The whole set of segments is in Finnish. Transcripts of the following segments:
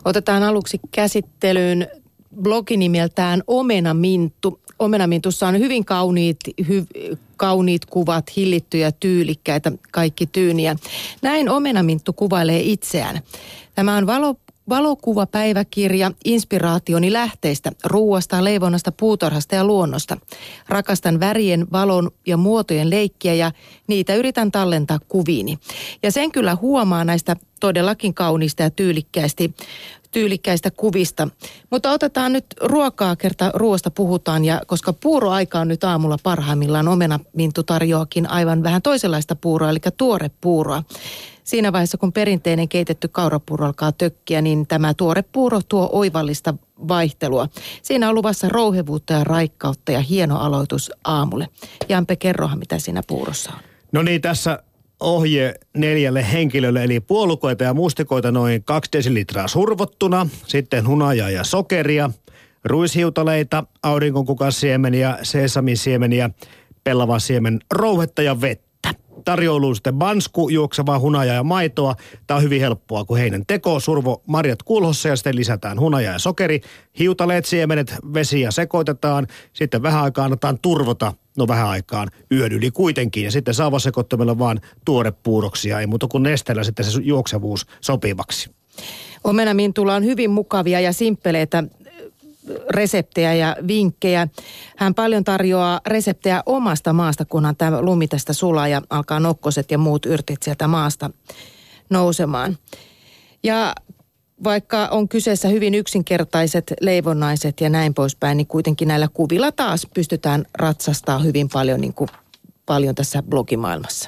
Otetaan aluksi käsittelyyn blogi nimeltään Omenaminttu. Omenamintussa on hyvin kauniit kuvat, hillittyjä, tyylikkäitä, kaikki tyyniä. Näin Omenaminttu kuvailee itseään. Tämä on valokuvapäiväkirja inspiraationi lähteistä, ruuasta, leivonnasta, puutarhasta ja luonnosta. Rakastan värien, valon ja muotojen leikkiä ja niitä yritän tallentaa kuviini. Ja sen kyllä huomaa näistä todellakin kauniista ja tyylikkäistä kuvista. Mutta otetaan nyt ruokaa, kerta ruoasta puhutaan, ja koska puuroaika on nyt aamulla parhaimmillaan, Omenaminttu tarjoakin aivan vähän toisenlaista puuroa, eli tuorepuuroa. Siinä vaiheessa, kun perinteinen keitetty kaurapuuro alkaa tökkiä, niin tämä tuorepuuro tuo oivallista vaihtelua. Siinä on luvassa rouhevuutta ja raikkautta ja hieno aloitus aamulle. Jampe, kerrohan, mitä siinä puurossa on. No niin, tässä ohje 4 henkilölle, eli puolukoita ja mustikoita noin 2 desilitraa survottuna, sitten hunajaa ja sokeria, ruishiutaleita, aurinkokukansiemeniä, sesamisiemeniä, pellavansiemenen rouhetta ja vettä. Tarjouluun sitten bansku, juoksevaa hunajaa ja maitoa. Tämä on hyvin helppoa, kun heinän teko, survo marjat kulhossa ja sitten lisätään hunajaa ja sokeri. Hiutaleet, siemenet, vesiä sekoitetaan. Sitten vähän aikaa annetaan turvota, vähän aikaan yön yli kuitenkin. Ja sitten saavasekoittimella vaan tuorepuuroksia, ei muuta kuin nesteellä sitten se juoksevuus sopivaksi. Omenamintulla on hyvin mukavia ja simppeleitä reseptejä ja vinkkejä. Hän paljon tarjoaa reseptejä omasta maasta, kunhan tämä lumi tästä sulaa ja alkaa nokkoset ja muut yrtit sieltä maasta nousemaan. Ja vaikka on kyseessä hyvin yksinkertaiset leivonnaiset ja näin poispäin, niin kuitenkin näillä kuvilla taas pystytään ratsastaa hyvin paljon, niin kuin paljon tässä blogimaailmassa.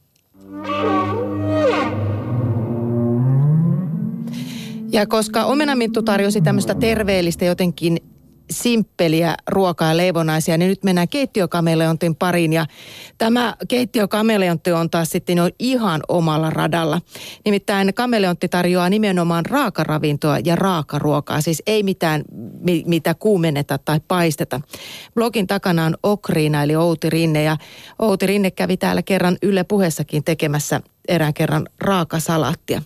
Ja koska Omenaminttu tarjosi tämmöistä terveellistä jotenkin simppeliä ruokaa ja leivonnaisia, niin nyt mennään keittiökameleontin pariin. Ja tämä keittiökameleontti on taas sitten ihan omalla radalla. Nimittäin kameleontti tarjoaa nimenomaan raakaravintoa ja raakaruokaa, siis ei mitään, mitä kuumenneta tai paisteta. Blogin takana on Okriina eli Outi Rinne, ja Outi Rinne kävi täällä kerran Yle Puheessakin tekemässä erään kerran raakasalaattia.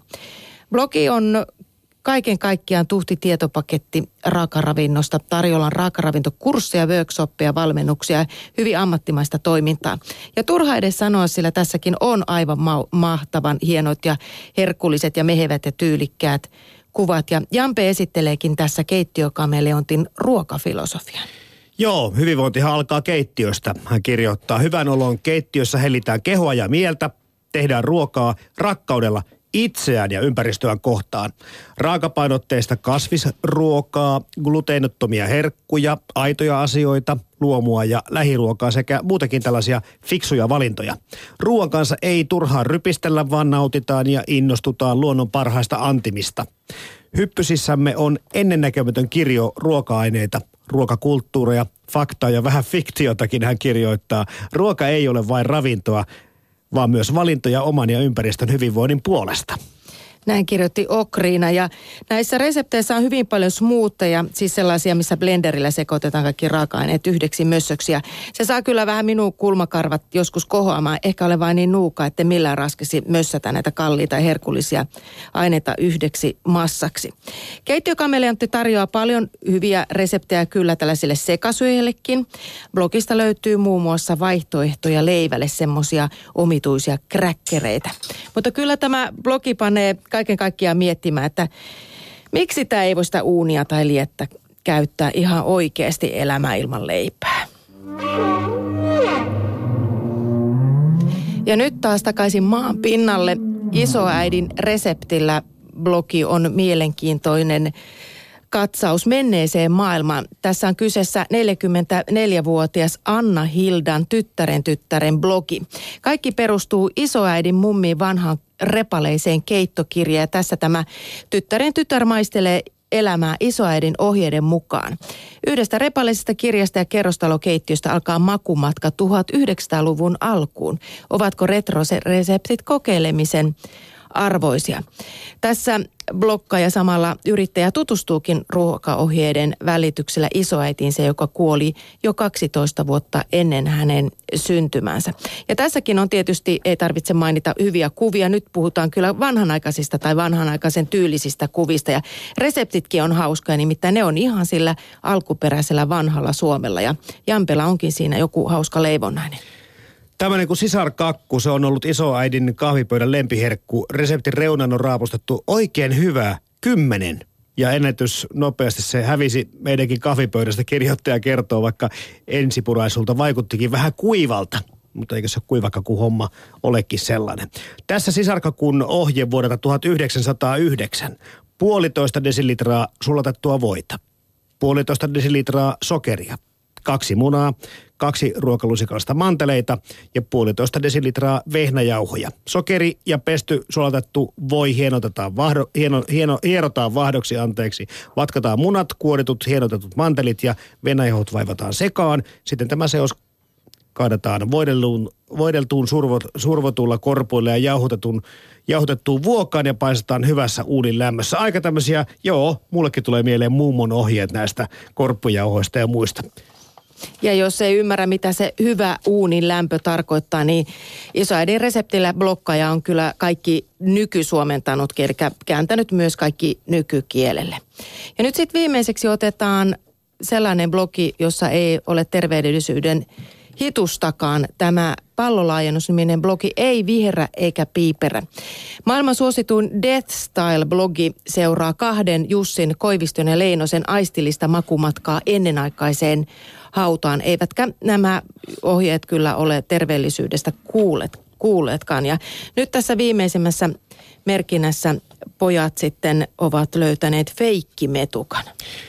Blogi on kaiken kaikkiaan tuhti tietopaketti raakaravinnosta. Tarjolla on raakaravintokursseja, workshoppeja, valmennuksia, hyvin ammattimaista toimintaa. Ja turha edes sanoa, sillä tässäkin on aivan mahtavan hienot ja herkulliset ja mehevät ja tyylikkäät kuvat. Ja Jampe esitteleekin tässä keittiökameleontin ruokafilosofian. Joo, hyvinvointihan alkaa keittiöstä. Hän kirjoittaa, hyvän olon keittiössä hellitään kehoa ja mieltä, tehdään ruokaa rakkaudella itseään ja ympäristöään kohtaan. Raakapainotteista kasvisruokaa, gluteenittomia herkkuja, aitoja asioita, luomua ja lähiruokaa sekä muutakin tällaisia fiksuja valintoja. Ruoan kanssa ei turhaan rypistellä, vaan nautitaan ja innostutaan luonnon parhaista antimista. Hyppysissämme on ennennäkemätön kirjo ruoka-aineita, ruokakulttuureja, faktaa ja vähän fiktiotakin hän kirjoittaa. Ruoka ei ole vain ravintoa, vaan myös valintoja oman ja ympäristön hyvinvoinnin puolesta. Näin kirjoitti Okriina, ja näissä resepteissä on hyvin paljon smoothieja, siis sellaisia, missä blenderillä sekoitetaan kaikki raaka-aineet yhdeksi mössöksi. Ja se saa kyllä vähän minun kulmakarvat joskus kohoamaan. Ehkä ole vain niin nuuka, että millään raskisi mössätä näitä kalliita ja herkullisia aineita yhdeksi massaksi. Keittiökameleontti tarjoaa paljon hyviä reseptejä kyllä tällaisille sekasyöjillekin. Blogista löytyy muun muassa vaihtoehtoja leivälle, semmoisia omituisia kräkkereitä. Mutta kyllä tämä blogi panee kaiken kaikkiaan miettimään, että miksi tämä ei voi sitä uunia tai liettä käyttää ihan oikeasti elämää ilman leipää. Ja nyt taas takaisin maan pinnalle. Isoäidin reseptillä blogi on mielenkiintoinen katsaus menneeseen maailmaan. Tässä on kyseessä 44-vuotias Anna Hildan tyttären blogi. Kaikki perustuu isoäidin mummiin vanhaan repaleiseen keittokirjaan. Ja tässä tämä tytär maistelee elämää isoäidin ohjeiden mukaan. Yhdestä repaleisesta kirjasta ja kerrostalokeittiöstä alkaa makumatka 1900-luvun alkuun. Ovatko retroreseptit kokeilemisen arvoisia. Tässä blokkaaja samalla yrittäjä tutustuukin ruokaohjeiden välityksellä isoäitiinsä, joka kuoli jo 12 vuotta ennen hänen syntymänsä. Ja tässäkin on tietysti, ei tarvitse mainita hyviä kuvia. Nyt puhutaan kyllä vanhanaikaisista tai vanhanaikaisen tyylisistä kuvista. Ja reseptitkin on hauskoja, nimittäin ne on ihan sillä alkuperäisellä vanhalla Suomella. Ja Jampela onkin siinä joku hauska leivonnainen. Tämmöinen kuin sisarkakku, se on ollut isoäidin kahvipöydän lempiherkku. Reseptin reunan on raapustettu oikein hyvä 10. Ja ennätys nopeasti se hävisi meidänkin kahvipöydästä. Kirjoittaja kertoo, vaikka ensipuraisulta vaikuttikin vähän kuivalta. Mutta eikö se kuivakakku homma olekin sellainen. Tässä sisarkakun ohje vuodelta 1909. 1,5 desilitraa sulatettua voita. 1,5 desilitraa sokeria. 2 munaa, 2 ruokalusikallista manteleita ja 1,5 desilitraa vehnäjauhoja. Sokeri ja pesty sulatettu voi hierotaan vahdoksi, vatkataan munat, kuoritut, hienotetut mantelit ja vehnäjauhot vaivataan sekaan. Sitten tämä seos kaadetaan voideltuun survotulla korpuilla ja jauhotettuun vuokaan ja paistetaan hyvässä uunin lämmössä. Aika tämmöisiä, mullekin tulee mieleen mummon ohjeet näistä korppujauhoista ja muista. Ja jos ei ymmärrä, mitä se hyvä uunin lämpö tarkoittaa, niin isoäidin reseptillä blokkaaja on kyllä kaikki nykysuomentanut, eli kääntänyt myös kaikki nykykielelle. Ja nyt sitten viimeiseksi otetaan sellainen blogi, jossa ei ole terveellisyyden hitustakaan. Tämä Pallolaajennus-niminen blogi ei viherrä eikä piiperä. Maailman suosituin Death Style-blogi seuraa 2 Jussin, Koiviston ja Leinosen aistillista makumatkaa ennenaikaiseen hautaan. Eivätkä nämä ohjeet kyllä ole terveellisyydestä kuulleetkaan. Ja nyt tässä viimeisimmässä merkinnässä pojat sitten ovat löytäneet feikkimetukan.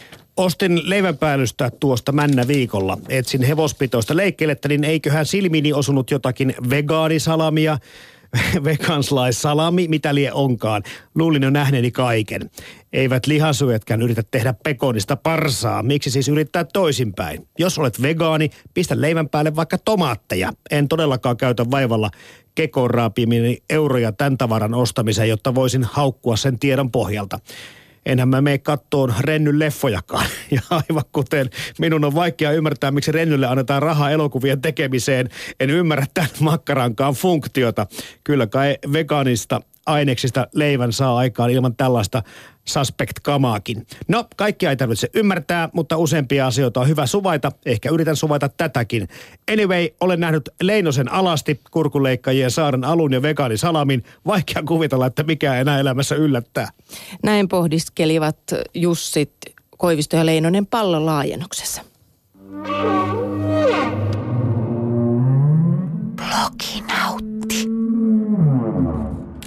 Ostin leivänpäällystä tuosta männäviikolla. Etsin hevospitoista leikkelettä, niin eiköhän silmiini osunut jotakin vegaanisalamia, veganslaissalami, mitä lie onkaan. Luulin jo nähneeni kaiken. Eivät lihansyöjätkään yritä tehdä pekonista parsaa. Miksi siis yrittää toisinpäin? Jos olet vegaani, pistä leivän päälle vaikka tomaatteja. En todellakaan käytä vaivalla kekoon raapimini euroja tämän tavaran ostamiseen, jotta voisin haukkua sen tiedon pohjalta. Enhän mä mene kattoon Rennyn leffojakaan. Ja aivan kuten minun on vaikea ymmärtää, miksi Rennylle annetaan rahaa elokuvien tekemiseen, en ymmärrä tämän makkarankaan funktiota. Kyllä kai vegaanista aineksista leivän saa aikaan ilman tällaista suspect-kamaakin. No, kaikkia ei tarvitse ymmärtää, mutta useampia asioita on hyvä suvaita. Ehkä yritän suvaita tätäkin. Anyway, olen nähnyt Leinosen alasti, kurkuleikkajien saaren alun ja vegaanisalamin. Vaikea kuvitella, että mikä enää elämässä yllättää. Näin pohdiskelivat Jussit, Koivisto ja Leinonen Pallolaajennuksessa. Blogina.